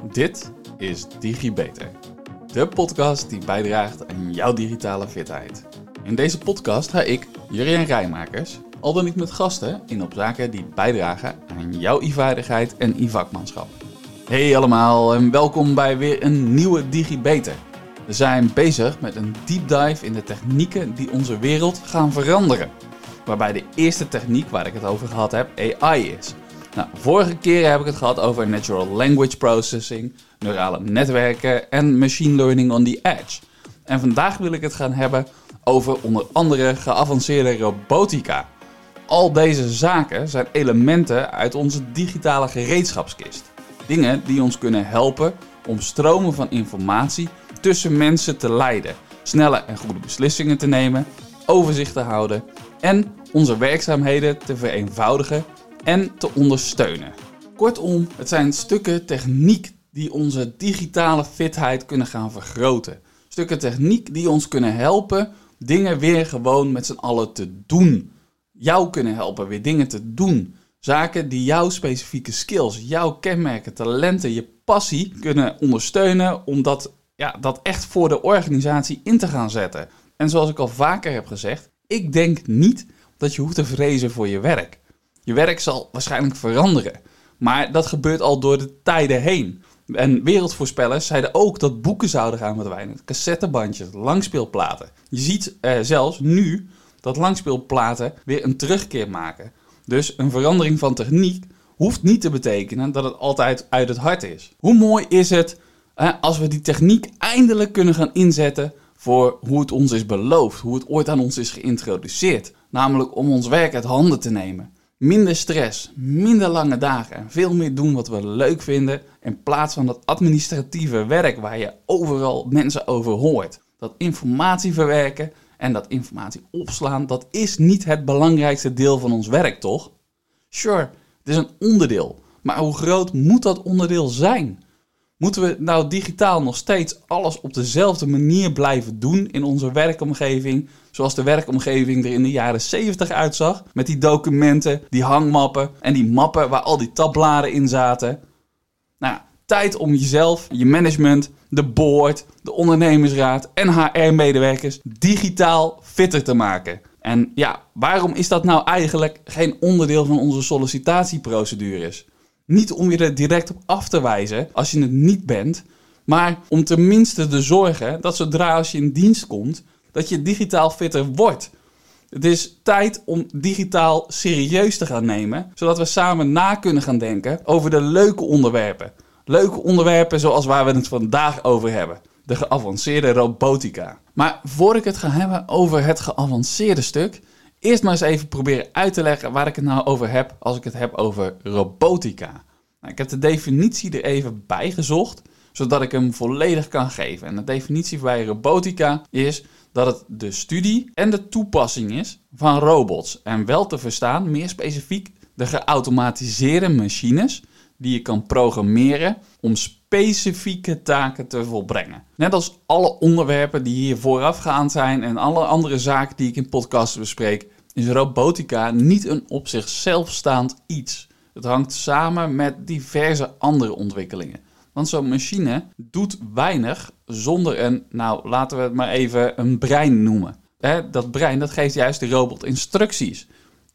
Dit is DigiBeter, de podcast die bijdraagt aan jouw digitale fitheid. In deze podcast ga ik, Jurjen Rijmakers, al dan niet met gasten, in op zaken die bijdragen aan jouw e-vaardigheid en e-vakmanschap. Hey allemaal en welkom bij weer een nieuwe DigiBeter. We zijn bezig met een deep dive in de technieken die onze wereld gaan veranderen. Waarbij de eerste techniek waar ik het over gehad heb AI is. Nou, vorige keer heb ik het gehad over natural language processing, neurale netwerken en machine learning on the edge. En vandaag wil ik het gaan hebben over onder andere geavanceerde robotica. Al deze zaken zijn elementen uit onze digitale gereedschapskist. Dingen die ons kunnen helpen om stromen van informatie tussen mensen te leiden, snelle en goede beslissingen te nemen, overzicht te houden en onze werkzaamheden te vereenvoudigen en te ondersteunen. Kortom, het zijn stukken techniek die onze digitale fitheid kunnen gaan vergroten. Stukken techniek die ons kunnen helpen dingen weer gewoon met z'n allen te doen. Jou kunnen helpen weer dingen te doen. Zaken die jouw specifieke skills, jouw kenmerken, talenten, je passie kunnen ondersteunen om dat echt voor de organisatie in te gaan zetten. En zoals ik al vaker heb gezegd, ik denk niet dat je hoeft te vrezen voor je werk. Je werk zal waarschijnlijk veranderen, maar dat gebeurt al door de tijden heen. En wereldvoorspellers zeiden ook dat boeken zouden gaan verdwijnen, cassettebandjes, langspeelplaten. Je ziet zelfs nu dat langspeelplaten weer een terugkeer maken. Dus een verandering van techniek hoeft niet te betekenen dat het altijd uit het hart is. Hoe mooi is het als we die techniek eindelijk kunnen gaan inzetten voor hoe het ons is beloofd, hoe het ooit aan ons is geïntroduceerd. Namelijk om ons werk uit handen te nemen. Minder stress, minder lange dagen en veel meer doen wat we leuk vinden in plaats van dat administratieve werk waar je overal mensen over hoort. Dat informatie verwerken en dat informatie opslaan, dat is niet het belangrijkste deel van ons werk, toch? Sure, het is een onderdeel, maar hoe groot moet dat onderdeel zijn? Moeten we nou digitaal nog steeds alles op dezelfde manier blijven doen in onze werkomgeving, zoals de werkomgeving er in de jaren 70 uitzag, met die documenten, die hangmappen en die mappen waar al die tabbladen in zaten? Nou, tijd om jezelf, je management, de board, de ondernemersraad en HR-medewerkers digitaal fitter te maken. En ja, waarom is dat nou eigenlijk geen onderdeel van onze sollicitatieprocedures? Niet om je er direct op af te wijzen als je het niet bent, maar om tenminste te zorgen dat zodra als je in dienst komt, dat je digitaal fitter wordt. Het is tijd om digitaal serieus te gaan nemen, zodat we samen na kunnen gaan denken over de leuke onderwerpen. Leuke onderwerpen zoals waar we het vandaag over hebben. De geavanceerde robotica. Maar voor ik het ga hebben over het geavanceerde stuk, eerst maar eens even proberen uit te leggen waar ik het nou over heb als ik het heb over robotica. Nou, ik heb de definitie er even bij gezocht, zodat ik hem volledig kan geven. En de definitie bij robotica is dat het de studie en de toepassing is van robots. En wel te verstaan, meer specifiek, de geautomatiseerde machines die je kan programmeren om specifieke taken te volbrengen. Net als alle onderwerpen die hier voorafgaand zijn en alle andere zaken die ik in podcasts bespreek, is robotica niet een op zichzelf staand iets. Het hangt samen met diverse andere ontwikkelingen. Want zo'n machine doet weinig zonder een, laten we het maar even een brein noemen. Dat brein dat geeft juist de robot instructies.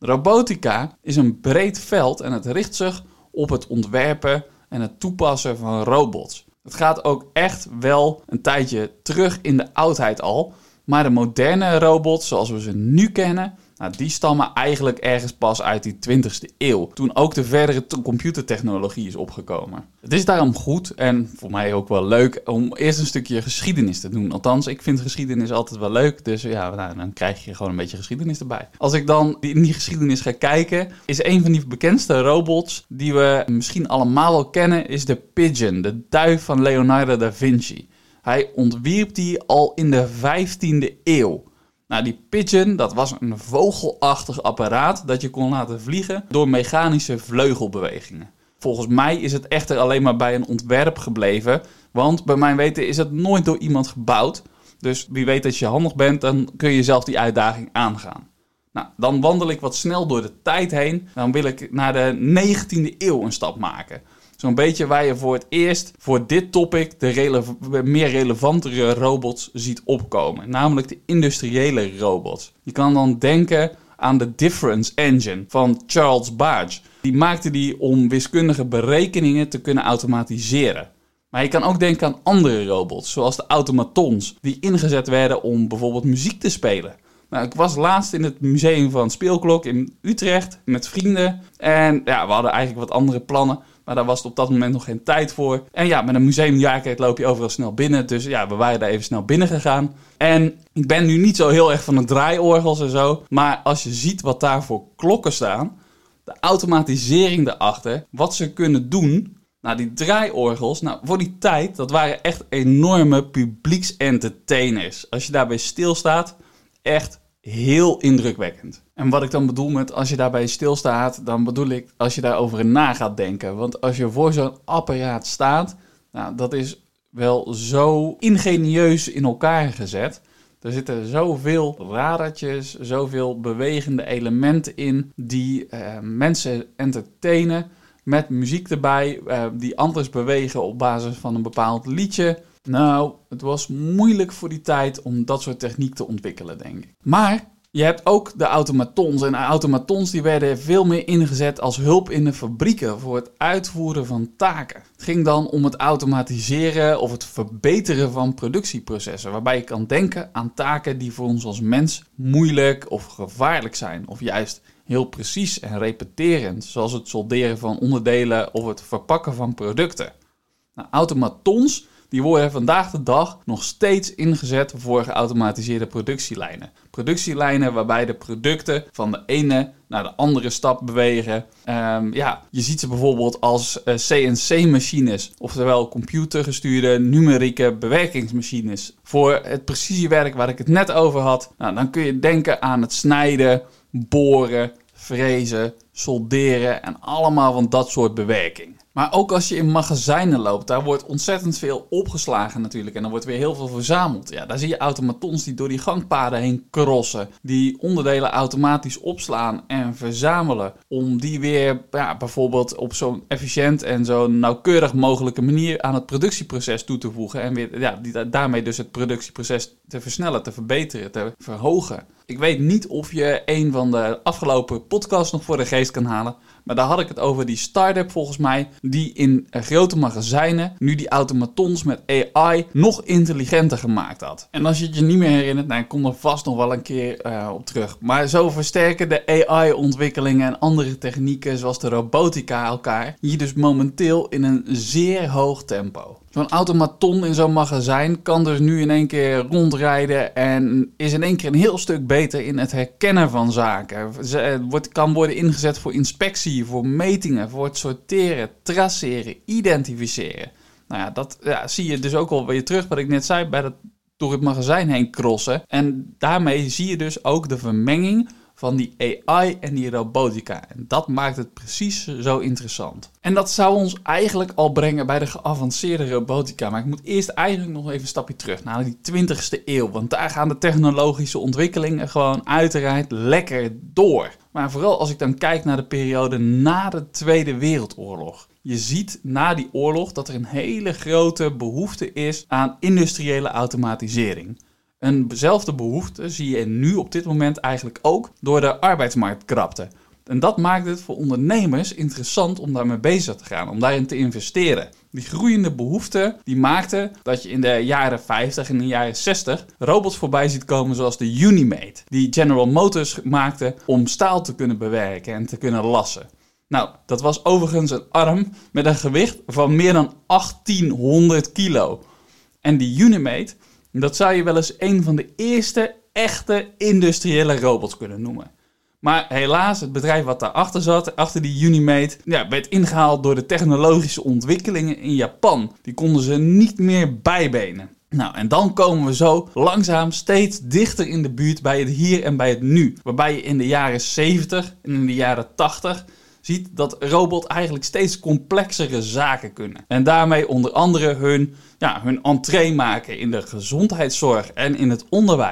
Robotica is een breed veld en het richt zich op het ontwerpen en het toepassen van robots. Het gaat ook echt wel een tijdje terug in de oudheid al, maar de moderne robots zoals we ze nu kennen, die stammen eigenlijk ergens pas uit die 20e eeuw, toen ook de verdere computertechnologie is opgekomen. Het is daarom goed en voor mij ook wel leuk om eerst een stukje geschiedenis te doen. Althans, ik vind geschiedenis altijd wel leuk, dus dan krijg je gewoon een beetje geschiedenis erbij. Als ik dan in die geschiedenis ga kijken, is een van die bekendste robots die we misschien allemaal wel kennen, is de Pigeon, de duif van Leonardo da Vinci. Hij ontwierp die al in de 15e eeuw. Nou, die Pigeon, dat was een vogelachtig apparaat dat je kon laten vliegen door mechanische vleugelbewegingen. Volgens mij is het echter alleen maar bij een ontwerp gebleven, want bij mijn weten is het nooit door iemand gebouwd. Dus wie weet als je handig bent, dan kun je zelf die uitdaging aangaan. Nou, dan wandel ik wat snel door de tijd heen. Dan wil ik naar de 19e eeuw een stap maken. zo'n beetje waar je voor het eerst voor dit topic de meer relevantere robots ziet opkomen. Namelijk de industriële robots. Je kan dan denken aan de Difference Engine van Charles Babbage. Die maakte die om wiskundige berekeningen te kunnen automatiseren. Maar je kan ook denken aan andere robots, zoals de automatons, die ingezet werden om bijvoorbeeld muziek te spelen. Nou, ik was laatst in het museum van Speelklok in Utrecht met vrienden. En ja, we hadden eigenlijk wat andere plannen, maar daar was het op dat moment nog geen tijd voor. En ja, met een museumjaarkaart loop je overal snel binnen. Dus ja, we waren daar even snel binnen gegaan. En ik ben nu niet zo heel erg van de draaiorgels en zo. Maar als je ziet wat daar voor klokken staan, de automatisering daarachter, wat ze kunnen doen. Nou, die draaiorgels, voor die tijd, dat waren echt enorme publieksentertainers. Als je daarbij stilstaat, echt heel indrukwekkend. En wat ik dan bedoel met als je daarbij stilstaat, dan bedoel ik als je daarover na gaat denken. Want als je voor zo'n apparaat staat, nou, dat is wel zo ingenieus in elkaar gezet. Er zitten zoveel radertjes, zoveel bewegende elementen in die mensen entertainen. Met muziek erbij, die anders bewegen op basis van een bepaald liedje. Nou, het was moeilijk voor die tijd om dat soort techniek te ontwikkelen, denk ik. Maar je hebt ook de automatons. En de automatons die werden veel meer ingezet als hulp in de fabrieken voor het uitvoeren van taken. Het ging dan om het automatiseren of het verbeteren van productieprocessen. Waarbij je kan denken aan taken die voor ons als mens moeilijk of gevaarlijk zijn. Of juist heel precies en repeterend, zoals het solderen van onderdelen of het verpakken van producten. Nou, automatons die worden vandaag de dag nog steeds ingezet voor geautomatiseerde productielijnen. Productielijnen waarbij de producten van de ene naar de andere stap bewegen. Je ziet ze bijvoorbeeld als CNC-machines, oftewel computergestuurde numerieke bewerkingsmachines. Voor het precisiewerk waar ik het net over had, dan kun je denken aan het snijden, boren, frezen, solderen en allemaal van dat soort bewerking. Maar ook als je in magazijnen loopt, daar wordt ontzettend veel opgeslagen natuurlijk. En er wordt weer heel veel verzameld. Ja, daar zie je automatons die door die gangpaden heen crossen. Die onderdelen automatisch opslaan en verzamelen. Om die weer bijvoorbeeld op zo'n efficiënt en zo nauwkeurig mogelijke manier aan het productieproces toe te voegen. En weer daarmee dus het productieproces te versnellen, te verbeteren, te verhogen. Ik weet niet of je een van de afgelopen podcasts nog voor de geest kan halen. Maar daar had ik het over die start-up volgens mij, die in grote magazijnen nu die automatons met AI nog intelligenter gemaakt had. En als je het je niet meer herinnert, ik kom er vast nog wel een keer op terug. Maar zo versterken de AI-ontwikkelingen en andere technieken zoals de robotica elkaar hier dus momenteel in een zeer hoog tempo. Zo'n automaton in zo'n magazijn kan dus nu in één keer rondrijden en is in één keer een heel stuk beter in het herkennen van zaken. Kan worden ingezet voor inspectie, voor metingen, voor het sorteren, traceren, identificeren. Nou ja, dat zie je dus ook al weer terug wat ik net zei bij dat door het magazijn heen crossen. En daarmee zie je dus ook de vermenging van die AI en die robotica. En dat maakt het precies zo interessant. En dat zou ons eigenlijk al brengen bij de geavanceerde robotica. Maar ik moet eerst eigenlijk nog even een stapje terug naar die 20e eeuw. Want daar gaan de technologische ontwikkelingen gewoon uiteraard lekker door. Maar vooral als ik dan kijk naar de periode na de Tweede Wereldoorlog. Je ziet na die oorlog dat er een hele grote behoefte is aan industriële automatisering. Eenzelfde behoefte zie je nu op dit moment eigenlijk ook door de arbeidsmarktkrapte. En dat maakt het voor ondernemers interessant om daarmee bezig te gaan, om daarin te investeren. Die groeiende behoefte die maakte dat je in de jaren 50 en de jaren 60 robots voorbij ziet komen zoals de Unimate, die General Motors maakte om staal te kunnen bewerken en te kunnen lassen. Nou, dat was overigens een arm met een gewicht van meer dan 1800 kilo. En die Unimate, dat zou je wel eens een van de eerste echte industriële robots kunnen noemen. Maar helaas, het bedrijf wat daarachter zat, achter die Unimate, werd ingehaald door de technologische ontwikkelingen in Japan. Die konden ze niet meer bijbenen. Nou, en dan komen we zo langzaam steeds dichter in de buurt bij het hier en bij het nu. Waarbij je in de jaren 70 en in de jaren 80... ziet dat robots eigenlijk steeds complexere zaken kunnen. En daarmee onder andere hun entree maken in de gezondheidszorg en in het onderwijs.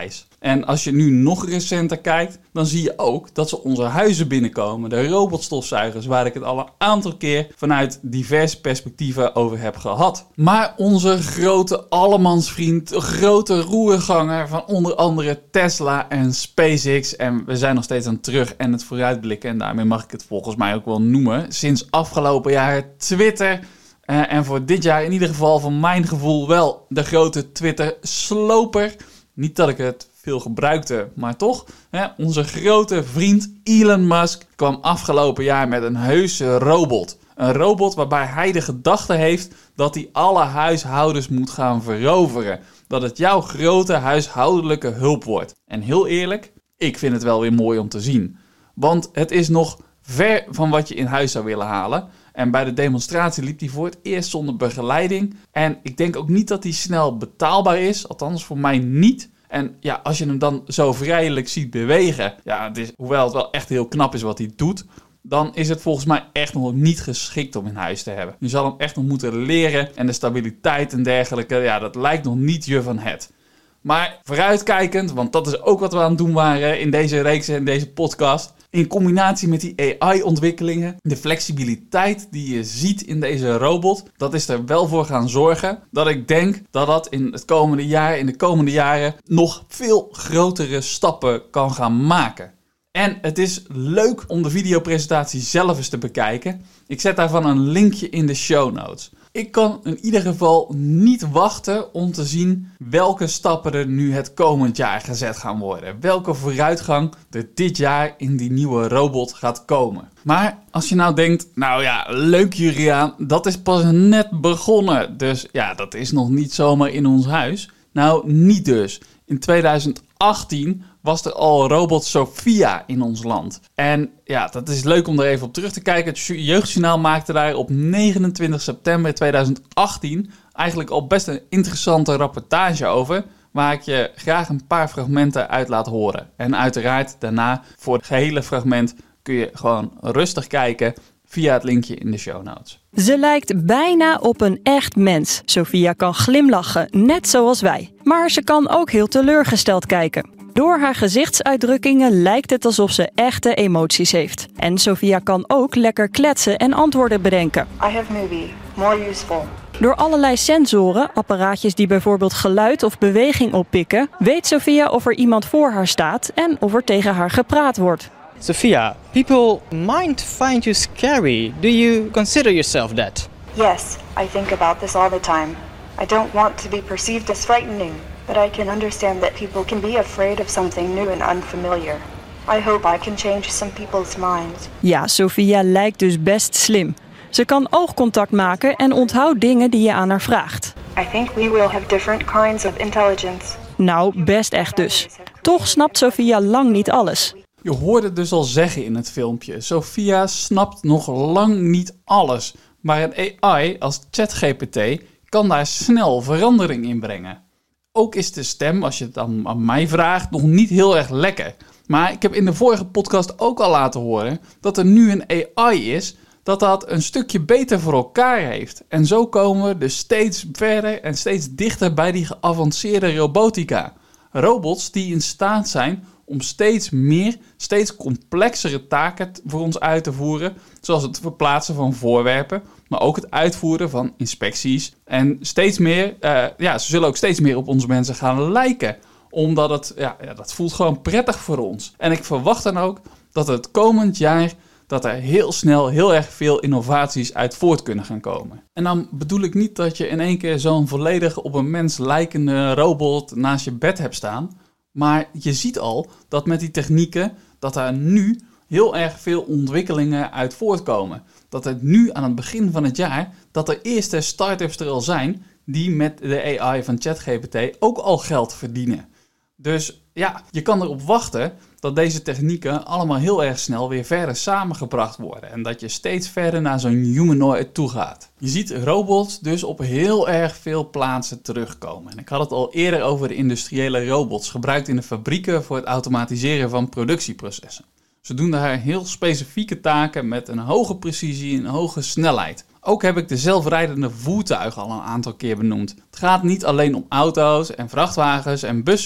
En als je nu nog recenter kijkt, dan zie je ook dat ze onze huizen binnenkomen. De robotstofzuigers, waar ik het al een aantal keer vanuit diverse perspectieven over heb gehad. Maar onze grote allemansvriend, grote roerganger van onder andere Tesla en SpaceX. En we zijn nog steeds aan het terug en het vooruitblikken. En daarmee mag ik het volgens mij ook wel noemen. Sinds afgelopen jaren Twitter. En voor dit jaar in ieder geval van mijn gevoel wel de grote Twitter-sloper. Niet dat ik het veel gebruikte, maar toch. Onze grote vriend Elon Musk kwam afgelopen jaar met een heuse robot. Een robot waarbij hij de gedachte heeft dat hij alle huishoudens moet gaan veroveren. Dat het jouw grote huishoudelijke hulp wordt. En heel eerlijk, ik vind het wel weer mooi om te zien. Want het is nog ver van wat je in huis zou willen halen. En bij de demonstratie liep hij voor het eerst zonder begeleiding. En ik denk ook niet dat hij snel betaalbaar is. Althans voor mij niet. En ja, als je hem dan zo vrijelijk ziet bewegen. Ja, hoewel het wel echt heel knap is wat hij doet. Dan is het volgens mij echt nog niet geschikt om in huis te hebben. Je zal hem echt nog moeten leren. En de stabiliteit en dergelijke. Ja, dat lijkt nog niet je van het. Maar vooruitkijkend, want dat is ook wat we aan het doen waren in deze reeks en deze podcast. In combinatie met die AI-ontwikkelingen, de flexibiliteit die je ziet in deze robot, dat is er wel voor gaan zorgen dat ik denk dat dat in de komende jaren nog veel grotere stappen kan gaan maken. En het is leuk om de videopresentatie zelf eens te bekijken. Ik zet daarvan een linkje in de show notes. Ik kan in ieder geval niet wachten om te zien welke stappen er nu het komend jaar gezet gaan worden. Welke vooruitgang er dit jaar in die nieuwe robot gaat komen. Maar als je nou denkt, nou ja, leuk Juriaan, dat is pas net begonnen. Dus ja, dat is nog niet zomaar in ons huis. Nou, niet dus. In 2018 was er al robot Sophia in ons land. En ja, dat is leuk om er even op terug te kijken. Het Jeugdjournaal maakte daar op 29 september 2018 eigenlijk al best een interessante rapportage over, waar ik je graag een paar fragmenten uit laat horen. En uiteraard daarna voor het gehele fragment kun je gewoon rustig kijken via het linkje in de show notes. Ze lijkt bijna op een echt mens. Sophia kan glimlachen, net zoals wij. Maar ze kan ook heel teleurgesteld kijken. Door haar gezichtsuitdrukkingen lijkt het alsof ze echte emoties heeft. En Sophia kan ook lekker kletsen en antwoorden bedenken. I have movie, more useful. Door allerlei sensoren, apparaatjes die bijvoorbeeld geluid of beweging oppikken, weet Sophia of er iemand voor haar staat en of er tegen haar gepraat wordt. Sophia, people might find you scary. Do you consider yourself that? Yes, I think about this all the time. I don't want to be perceived as frightening, but I can understand that people can be afraid of something new and unfamiliar. I hope I can change some people's minds. Ja, Sophia lijkt dus best slim. Ze kan oogcontact maken en onthoudt dingen die je aan haar vraagt. I think we will have different kinds of intelligence. Nou, best echt dus. Toch snapt Sophia lang niet alles. Je hoorde het dus al zeggen in het filmpje. Sophia snapt nog lang niet alles. Maar een AI als ChatGPT kan daar snel verandering in brengen. Ook is de stem, als je het dan aan mij vraagt, nog niet heel erg lekker. Maar ik heb in de vorige podcast ook al laten horen dat er nu een AI is dat een stukje beter voor elkaar heeft. En zo komen we dus steeds verder en steeds dichter bij die geavanceerde robotica. Robots die in staat zijn om steeds complexere taken voor ons uit te voeren. Zoals het verplaatsen van voorwerpen, maar ook het uitvoeren van inspecties. En ze zullen ook steeds meer op onze mensen gaan lijken. Omdat dat voelt gewoon prettig voor ons. En ik verwacht dan ook dat het komend jaar dat er heel snel heel erg veel innovaties uit voort kunnen gaan komen. En dan bedoel ik niet dat je in één keer zo'n volledig op een mens lijkende robot naast je bed hebt staan. Maar je ziet al dat met die technieken dat er nu heel erg veel ontwikkelingen uit voortkomen. Dat er nu aan het begin van het jaar, dat er eerste start-ups er al zijn die met de AI van ChatGPT ook al geld verdienen. Dus ja, je kan erop wachten dat deze technieken allemaal heel erg snel weer verder samengebracht worden. En dat je steeds verder naar zo'n humanoid toe gaat. Je ziet robots dus op heel erg veel plaatsen terugkomen. En ik had het al eerder over de industriële robots, gebruikt in de fabrieken voor het automatiseren van productieprocessen. Ze doen daar heel specifieke taken met een hoge precisie en een hoge snelheid. Ook heb ik de zelfrijdende voertuigen al een aantal keer benoemd. Het gaat niet alleen om auto's en vrachtwagens en bussen,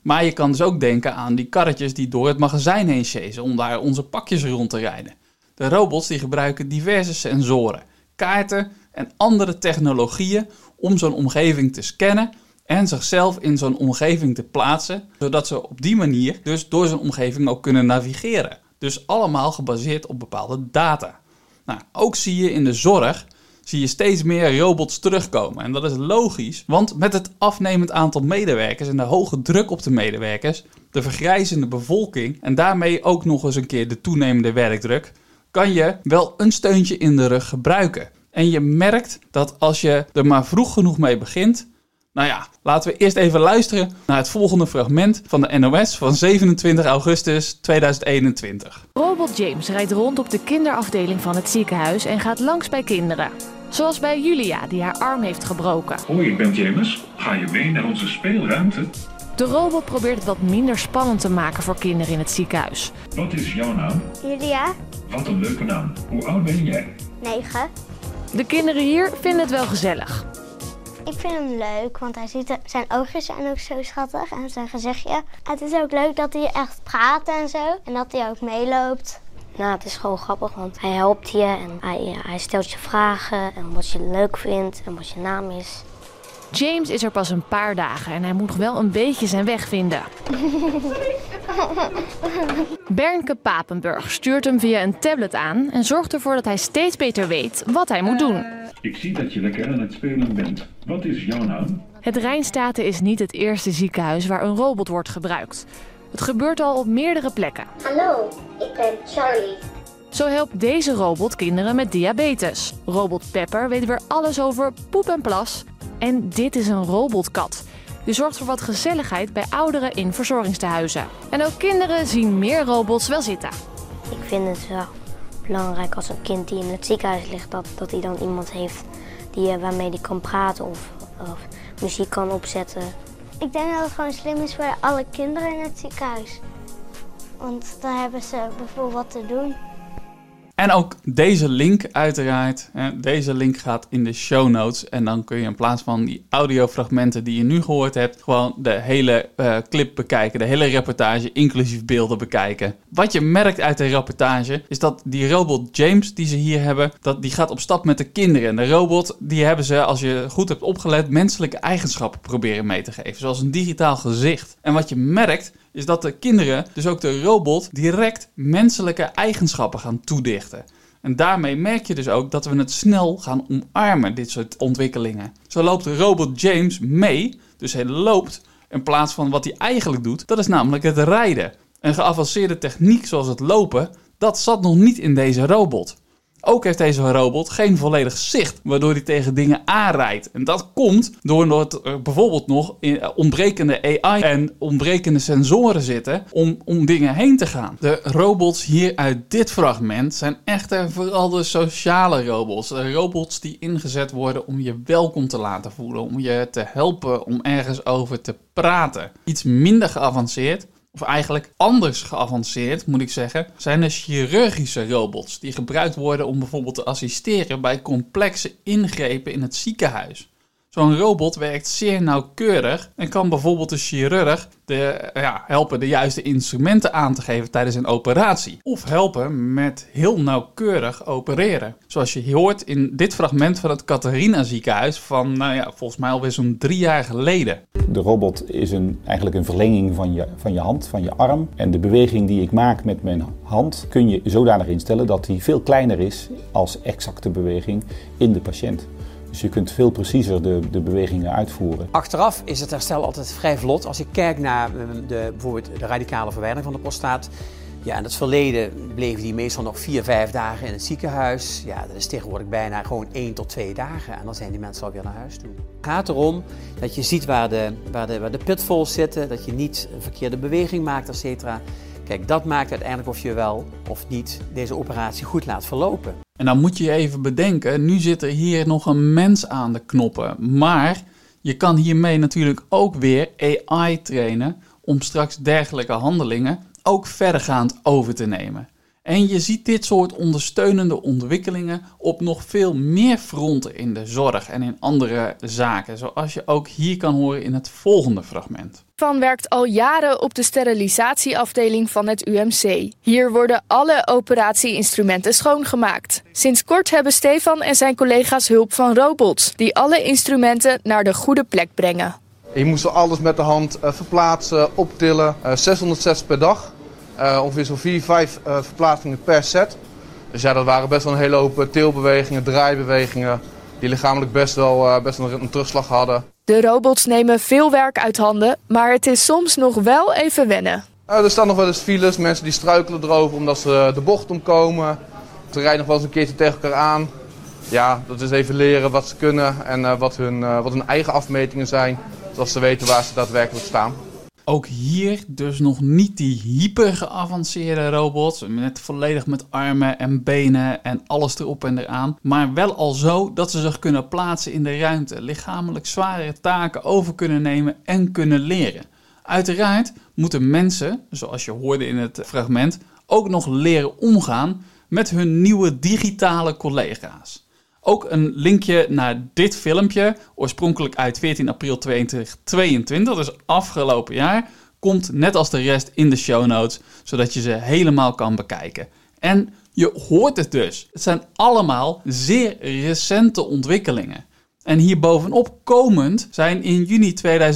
Maar je kan dus ook denken aan die karretjes die door het magazijn heen chasen om daar onze pakjes rond te rijden. De robots die gebruiken diverse sensoren, kaarten en andere technologieën om zo'n omgeving te scannen en zichzelf in zo'n omgeving te plaatsen, zodat ze op die manier dus door zo'n omgeving ook kunnen navigeren. Dus allemaal gebaseerd op bepaalde data. Nou, ook zie je in de zorg steeds meer robots terugkomen. En dat is logisch, want met het afnemend aantal medewerkers en de hoge druk op de medewerkers, de vergrijzende bevolking en daarmee ook nog eens een keer de toenemende werkdruk, kan je wel een steuntje in de rug gebruiken. En je merkt dat als je er maar vroeg genoeg mee begint. Nou ja, laten we eerst even luisteren naar het volgende fragment van de NOS van 27 augustus 2021. Robot James rijdt rond op de kinderafdeling van het ziekenhuis en gaat langs bij kinderen. Zoals bij Julia, die haar arm heeft gebroken. Hoi, ik ben James. Ga je mee naar onze speelruimte? De robot probeert het wat minder spannend te maken voor kinderen in het ziekenhuis. Wat is jouw naam? Julia, Wat een leuke naam. Hoe oud ben jij? 9. De kinderen hier vinden het wel gezellig. Ik vind hem leuk, want zijn oogjes zijn ook zo schattig en zijn gezichtje. Het is ook leuk dat hij echt praat en zo en dat hij ook meeloopt. Nou, het is gewoon grappig, want hij helpt je en hij stelt je vragen en wat je leuk vindt en wat je naam is. James is er pas een paar dagen en hij moet nog wel een beetje zijn weg vinden. Bernke Papenburg stuurt hem via een tablet aan en zorgt ervoor dat hij steeds beter weet wat hij moet doen. Ik zie dat je lekker aan het spelen bent. Wat is jouw naam? Het Rijnstate is niet het eerste ziekenhuis waar een robot wordt gebruikt. Het gebeurt al op meerdere plekken. Hallo, ik ben Charlie. Zo helpt deze robot kinderen met diabetes. Robot Pepper weet weer alles over poep en plas. En dit is een robotkat. Die zorgt voor wat gezelligheid bij ouderen in verzorgingstehuizen. En ook kinderen zien meer robots wel zitten. Ik vind het wel belangrijk als een kind die in het ziekenhuis ligt, dat hij dan iemand heeft waarmee hij kan praten of muziek kan opzetten. Ik denk dat het gewoon slim is voor alle kinderen in het ziekenhuis. Want dan hebben ze bijvoorbeeld wat te doen. En ook deze link uiteraard. Deze link gaat in de show notes. En dan kun je in plaats van die audiofragmenten die je nu gehoord hebt, gewoon de hele clip bekijken. De hele reportage, inclusief beelden bekijken. Wat je merkt uit de reportage is dat die robot James die ze hier hebben, die gaat op stap met de kinderen. En de robot, die hebben ze, als je goed hebt opgelet, menselijke eigenschappen proberen mee te geven. Zoals een digitaal gezicht. En wat je merkt is dat de kinderen, dus ook de robot, direct menselijke eigenschappen gaan toedichten. En daarmee merk je dus ook dat we het snel gaan omarmen, dit soort ontwikkelingen. Zo loopt de robot James mee, dus hij loopt in plaats van wat hij eigenlijk doet. Dat is namelijk het rijden. Een geavanceerde techniek zoals het lopen, dat zat nog niet in deze robot. Ook heeft deze robot geen volledig zicht, waardoor hij tegen dingen aanrijdt. En dat komt doordat er bijvoorbeeld nog ontbrekende AI en ontbrekende sensoren zitten om dingen heen te gaan. De robots hier uit dit fragment zijn echter vooral de sociale robots. De robots die ingezet worden om je welkom te laten voelen, om je te helpen om ergens over te praten. Iets minder geavanceerd, of eigenlijk anders geavanceerd, moet ik zeggen, zijn de chirurgische robots die gebruikt worden om bijvoorbeeld te assisteren bij complexe ingrepen in het ziekenhuis. Zo'n robot werkt zeer nauwkeurig en kan bijvoorbeeld de chirurg helpen de juiste instrumenten aan te geven tijdens een operatie. Of helpen met heel nauwkeurig opereren. Zoals je hoort in dit fragment van het Catharina ziekenhuis van volgens mij alweer zo'n 3 jaar geleden. De robot is eigenlijk een verlenging van je hand, van je arm. En de beweging die ik maak met mijn hand kun je zodanig instellen dat die veel kleiner is als exacte beweging in de patiënt. Dus je kunt veel preciezer de bewegingen uitvoeren. Achteraf is het herstel altijd vrij vlot. Als ik kijk naar bijvoorbeeld de radicale verwijdering van de prostaat. Ja, in het verleden bleven die meestal nog 4-5 dagen in het ziekenhuis. Ja, dat is tegenwoordig bijna gewoon 1 tot 2 dagen. En dan zijn die mensen alweer naar huis toe. Het gaat erom dat je ziet waar de pitfalls zitten. Dat je niet een verkeerde beweging maakt, et cetera. Kijk, dat maakt uiteindelijk of je wel of niet deze operatie goed laat verlopen. En dan moet je even bedenken, nu zit er hier nog een mens aan de knoppen. Maar je kan hiermee natuurlijk ook weer AI trainen om straks dergelijke handelingen ook verdergaand over te nemen. En je ziet dit soort ondersteunende ontwikkelingen op nog veel meer fronten in de zorg en in andere zaken, zoals je ook hier kan horen in het volgende fragment. Stefan werkt al jaren op de sterilisatieafdeling van het UMC. Hier worden alle operatieinstrumenten schoongemaakt. Sinds kort hebben Stefan en zijn collega's hulp van robots, die alle instrumenten naar de goede plek brengen. Je moest alles met de hand verplaatsen, optillen, 600 sets per dag. Ongeveer zo'n 4-5 verplaatsingen per set. Dus ja, dat waren best wel een hele hoop tilbewegingen, draaibewegingen, die lichamelijk best wel een terugslag hadden. De robots nemen veel werk uit handen, maar het is soms nog wel even wennen. Er staan nog wel eens files, mensen die struikelen erover omdat ze de bocht omkomen. Ze rijden nog wel eens een keertje tegen elkaar aan. Ja, dat is even leren wat ze kunnen en wat hun eigen afmetingen zijn, zodat ze weten waar ze daadwerkelijk staan. Ook hier dus nog niet die hyper geavanceerde robots, volledig met armen en benen en alles erop en eraan. Maar wel al zo dat ze zich kunnen plaatsen in de ruimte, lichamelijk zware taken over kunnen nemen en kunnen leren. Uiteraard moeten mensen, zoals je hoorde in het fragment, ook nog leren omgaan met hun nieuwe digitale collega's. Ook een linkje naar dit filmpje, oorspronkelijk uit 14 april 2022, dus afgelopen jaar, komt net als de rest in de show notes, zodat je ze helemaal kan bekijken. En je hoort het dus. Het zijn allemaal zeer recente ontwikkelingen. En hierbovenop komend zijn in juni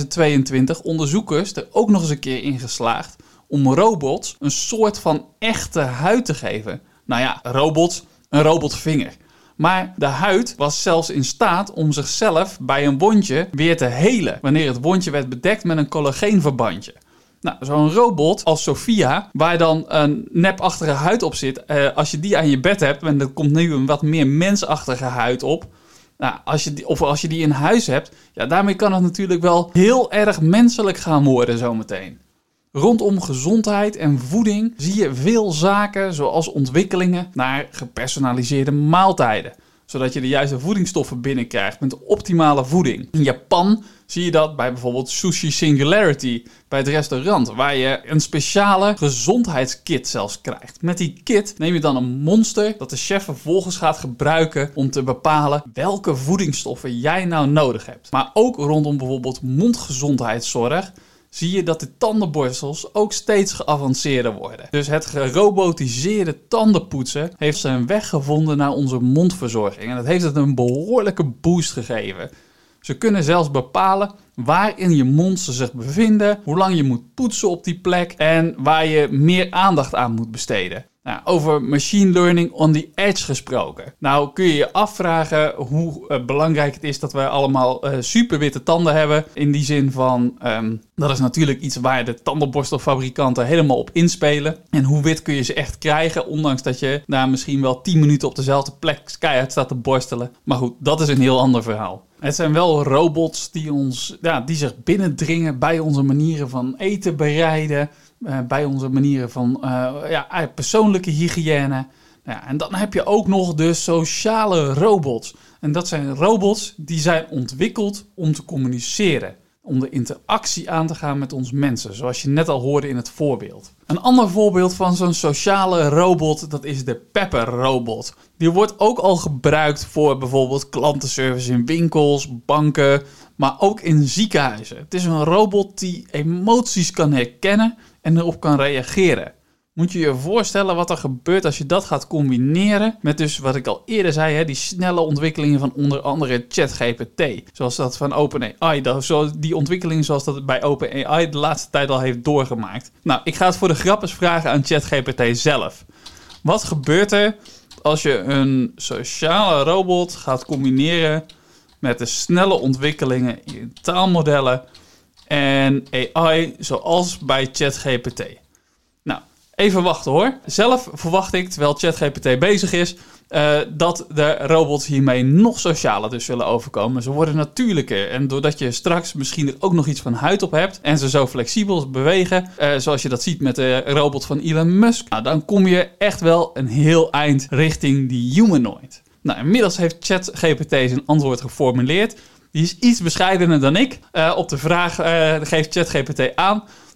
2022 onderzoekers er ook nog eens een keer in geslaagd om robots een soort van echte huid te geven. Nou ja, een robotvinger. Maar de huid was zelfs in staat om zichzelf bij een wondje weer te helen, wanneer het wondje werd bedekt met een collageenverbandje. Nou, zo'n robot als Sophia, waar dan een nepachtige huid op zit, als je die aan je bed hebt, en er komt nu een wat meer mensachtige huid op, nou, als je die in huis hebt, ja, daarmee kan het natuurlijk wel heel erg menselijk gaan worden zometeen. Rondom gezondheid en voeding zie je veel zaken zoals ontwikkelingen naar gepersonaliseerde maaltijden. Zodat je de juiste voedingsstoffen binnenkrijgt met optimale voeding. In Japan zie je dat bij bijvoorbeeld Sushi Singularity bij het restaurant, waar je een speciale gezondheidskit zelfs krijgt. Met die kit neem je dan een monster dat de chef vervolgens gaat gebruiken om te bepalen welke voedingsstoffen jij nou nodig hebt. Maar ook rondom bijvoorbeeld mondgezondheidszorg zie je dat de tandenborstels ook steeds geavanceerder worden. Dus het gerobotiseerde tandenpoetsen heeft zijn weg gevonden naar onze mondverzorging. En dat heeft het een behoorlijke boost gegeven. Ze kunnen zelfs bepalen waar in je mond ze zich bevinden, hoe lang je moet poetsen op die plek en waar je meer aandacht aan moet besteden. Nou, over machine learning on the edge gesproken. Nou kun je je afvragen hoe belangrijk het is dat wij allemaal superwitte tanden hebben. In die zin van, dat is natuurlijk iets waar de tandenborstelfabrikanten helemaal op inspelen. En hoe wit kun je ze echt krijgen, ondanks dat je daar misschien wel 10 minuten op dezelfde plek keihard staat te borstelen. Maar goed, dat is een heel ander verhaal. Het zijn wel robots die zich binnendringen bij onze manieren van eten bereiden. Bij onze manieren van persoonlijke hygiëne. Ja, en dan heb je ook nog de sociale robots. En dat zijn robots die zijn ontwikkeld om te communiceren. Om de interactie aan te gaan met ons mensen. Zoals je net al hoorde in het voorbeeld. Een ander voorbeeld van zo'n sociale robot, dat is de Pepper-robot. Die wordt ook al gebruikt voor bijvoorbeeld klantenservice in winkels, banken, maar ook in ziekenhuizen. Het is een robot die emoties kan herkennen en erop kan reageren. Moet je je voorstellen wat er gebeurt als je dat gaat combineren met dus wat ik al eerder zei, die snelle ontwikkelingen van onder andere ChatGPT. Zoals dat van OpenAI, die ontwikkeling zoals dat bij OpenAI de laatste tijd al heeft doorgemaakt. Nou, ik ga het voor de grap eens vragen aan ChatGPT zelf. Wat gebeurt er als je een sociale robot gaat combineren met de snelle ontwikkelingen in taalmodellen en AI zoals bij ChatGPT? Nou, even wachten hoor. Zelf verwacht ik, terwijl ChatGPT bezig is, dat de robots hiermee nog socialer dus zullen overkomen. Ze worden natuurlijker. En doordat je straks misschien er ook nog iets van huid op hebt en ze zo flexibel bewegen, zoals je dat ziet met de robot van Elon Musk, nou, dan kom je echt wel een heel eind richting die humanoid. Nou, inmiddels heeft ChatGPT zijn antwoord geformuleerd. Die is iets bescheidener dan ik. Op de vraag geeft ChatGPT aan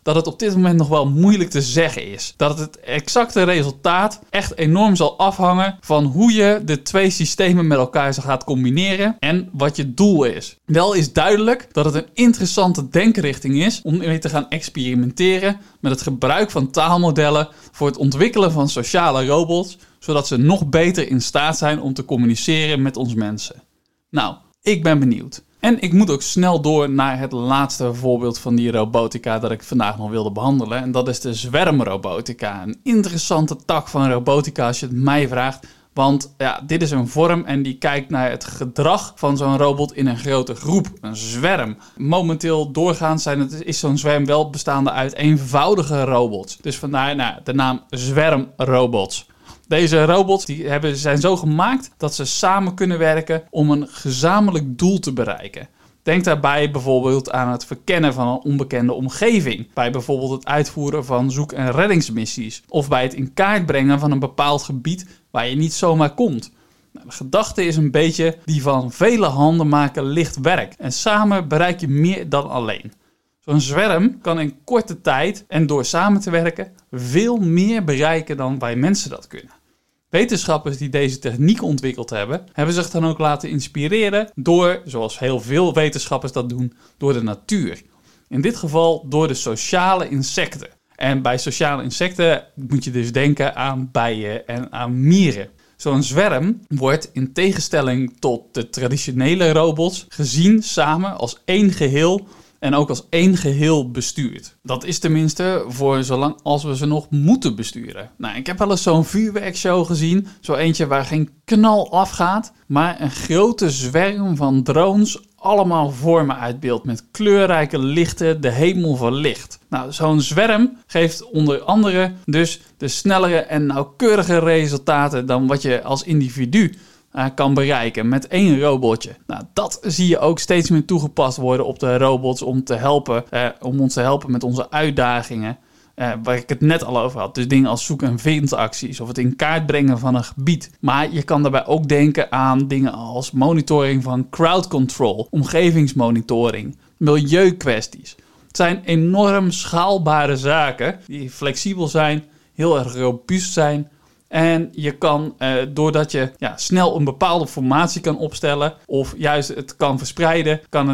dat het op dit moment nog wel moeilijk te zeggen is. Dat het exacte resultaat echt enorm zal afhangen van hoe je de twee systemen met elkaar gaat combineren en wat je doel is. Wel is duidelijk dat het een interessante denkrichting is om mee te gaan experimenteren met het gebruik van taalmodellen voor het ontwikkelen van sociale robots, zodat ze nog beter in staat zijn om te communiceren met ons mensen. Nou, ik ben benieuwd. En ik moet ook snel door naar het laatste voorbeeld van die robotica dat ik vandaag nog wilde behandelen. En dat is de zwermrobotica. Een interessante tak van robotica als je het mij vraagt. Want ja, dit is een vorm en die kijkt naar het gedrag van zo'n robot in een grote groep. Een zwerm. Momenteel doorgaans is zo'n zwerm wel bestaande uit eenvoudige robots. Dus vandaar de naam zwermrobots. Deze robots zijn zo gemaakt dat ze samen kunnen werken om een gezamenlijk doel te bereiken. Denk daarbij bijvoorbeeld aan het verkennen van een onbekende omgeving. Bij bijvoorbeeld het uitvoeren van zoek- en reddingsmissies. Of bij het in kaart brengen van een bepaald gebied waar je niet zomaar komt. Nou, de gedachte is een beetje die van vele handen maken licht werk. En samen bereik je meer dan alleen. Zo'n zwerm kan in korte tijd en door samen te werken veel meer bereiken dan wij mensen dat kunnen. Wetenschappers die deze techniek ontwikkeld hebben zich dan ook laten inspireren door, zoals heel veel wetenschappers dat doen, door de natuur. In dit geval door de sociale insecten. En bij sociale insecten moet je dus denken aan bijen en aan mieren. Zo'n zwerm wordt in tegenstelling tot de traditionele robots gezien samen als één geheel en ook als één geheel bestuurd. Dat is tenminste voor zolang als we ze nog moeten besturen. Nou, ik heb wel eens zo'n vuurwerkshow gezien. Zo eentje waar geen knal afgaat, maar een grote zwerm van drones allemaal vormen uitbeeldt met kleurrijke lichten de hemel verlicht. Nou, zo'n zwerm geeft onder andere dus de snellere en nauwkeurige resultaten dan wat je als individu kan bereiken met één robotje. Nou, dat zie je ook steeds meer toegepast worden op de robots om ons te helpen met onze uitdagingen. Waar ik het net al over had. Dus dingen als zoek- en vindacties of het in kaart brengen van een gebied. Maar je kan daarbij ook denken aan dingen als monitoring van crowd control, omgevingsmonitoring, milieukwesties. Het zijn enorm schaalbare zaken die flexibel zijn, heel erg robuust zijn. En je kan, doordat je snel een bepaalde formatie kan opstellen of juist het kan verspreiden, kan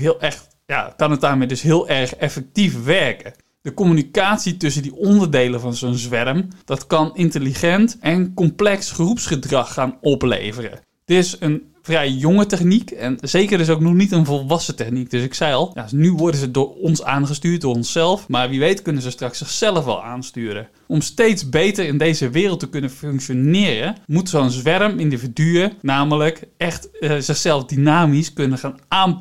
het daarmee dus heel erg effectief werken. De communicatie tussen die onderdelen van zo'n zwerm, dat kan intelligent en complex groepsgedrag gaan opleveren. Dit is een vrij jonge techniek en zeker dus ook nog niet een volwassen techniek. Dus ik zei al, nu worden ze door ons aangestuurd, door onszelf. Maar wie weet kunnen ze straks zichzelf wel aansturen. Om steeds beter in deze wereld te kunnen functioneren, moet zo'n zwerm individuen namelijk echt zichzelf dynamisch kunnen gaan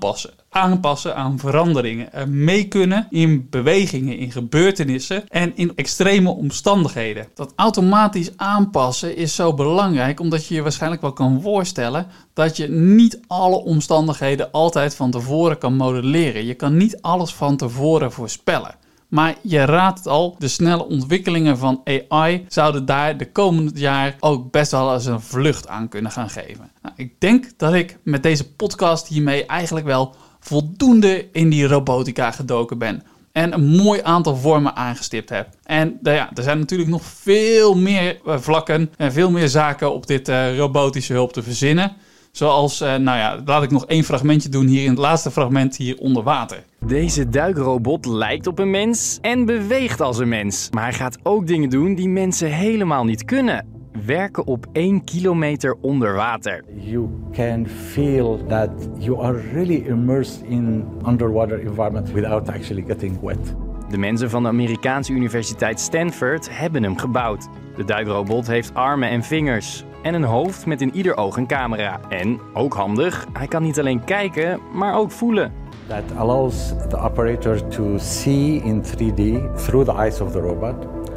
aanpassen aan veranderingen. Mee kunnen in bewegingen, in gebeurtenissen en in extreme omstandigheden. Dat automatisch aanpassen is zo belangrijk omdat je je waarschijnlijk wel kan voorstellen dat je niet alle omstandigheden altijd van tevoren kan modelleren. Je kan niet alles van tevoren voorspellen. Maar je raadt het al, de snelle ontwikkelingen van AI zouden daar de komende jaar ook best wel eens een vlucht aan kunnen gaan geven. Nou, ik denk dat ik met deze podcast hiermee eigenlijk wel voldoende in die robotica gedoken ben. En een mooi aantal vormen aangestipt heb. En er zijn natuurlijk nog veel meer vlakken en veel meer zaken op dit robotische hulp te verzinnen. Zoals, laat ik nog één fragmentje doen hier in het laatste fragment hier onder water. Deze duikrobot lijkt op een mens en beweegt als een mens. Maar hij gaat ook dingen doen die mensen helemaal niet kunnen. Werken op 1 kilometer onder water. You can feel that you are really immersed in underwater environment without actually getting wet. De mensen van de Amerikaanse universiteit Stanford hebben hem gebouwd. De duikrobot heeft armen en vingers en een hoofd met in ieder oog een camera. En, ook handig, hij kan niet alleen kijken, maar ook voelen. That allows the operator to see in 3D through the eyes of the robot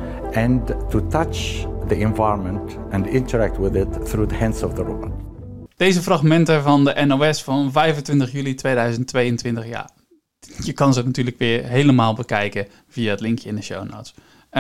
and to touch the environment and interact with it through the hands of the robot. Deze fragmenten van de NOS van 25 juli 2022, je kan ze natuurlijk weer helemaal bekijken via het linkje in de show notes.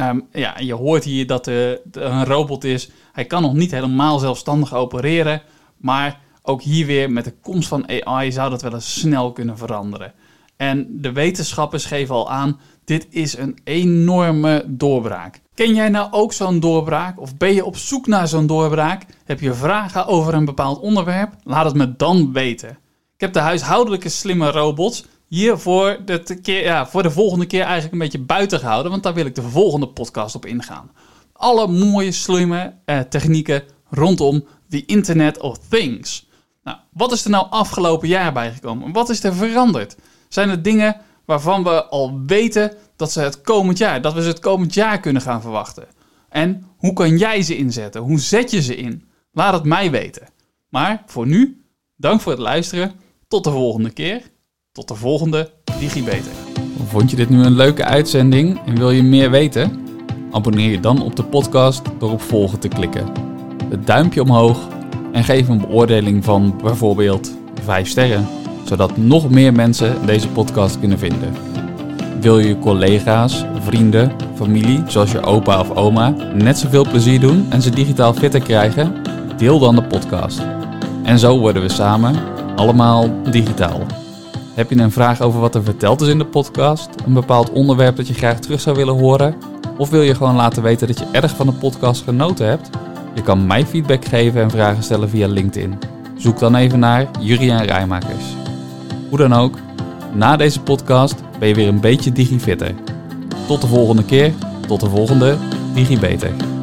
Je hoort hier dat een robot is. Hij kan nog niet helemaal zelfstandig opereren, maar ook hier weer met de komst van AI zou dat wel eens snel kunnen veranderen. En de wetenschappers geven al aan, dit is een enorme doorbraak. Ken jij nou ook zo'n doorbraak? Of ben je op zoek naar zo'n doorbraak? Heb je vragen over een bepaald onderwerp? Laat het me dan weten. Ik heb de huishoudelijke slimme robots hier voor de volgende keer eigenlijk een beetje buiten gehouden, want daar wil ik de volgende podcast op ingaan. Alle mooie, slimme technieken rondom the Internet of Things. Nou, wat is er nou afgelopen jaar bijgekomen? Wat is er veranderd? Zijn er dingen waarvan we al weten dat we ze het komend jaar kunnen gaan verwachten? En hoe kan jij ze inzetten? Hoe zet je ze in? Laat het mij weten. Maar voor nu, dank voor het luisteren. Tot de volgende keer. Tot de volgende DigiBeter. Vond je dit nu een leuke uitzending en wil je meer weten? Abonneer je dan op de podcast door op volgen te klikken. Het duimpje omhoog en geef een beoordeling van bijvoorbeeld 5 sterren. Zodat nog meer mensen deze podcast kunnen vinden. Wil je collega's, vrienden, familie, zoals je opa of oma, net zoveel plezier doen en ze digitaal fitter krijgen? Deel dan de podcast. En zo worden we samen allemaal digitaal. Heb je een vraag over wat er verteld is in de podcast? Een bepaald onderwerp dat je graag terug zou willen horen? Of wil je gewoon laten weten dat je erg van de podcast genoten hebt? Je kan mij feedback geven en vragen stellen via LinkedIn. Zoek dan even naar Juriaan Rijmakers. Hoe dan ook, na deze podcast ben je weer een beetje digifitter. Tot de volgende keer, tot de volgende DigiBeter.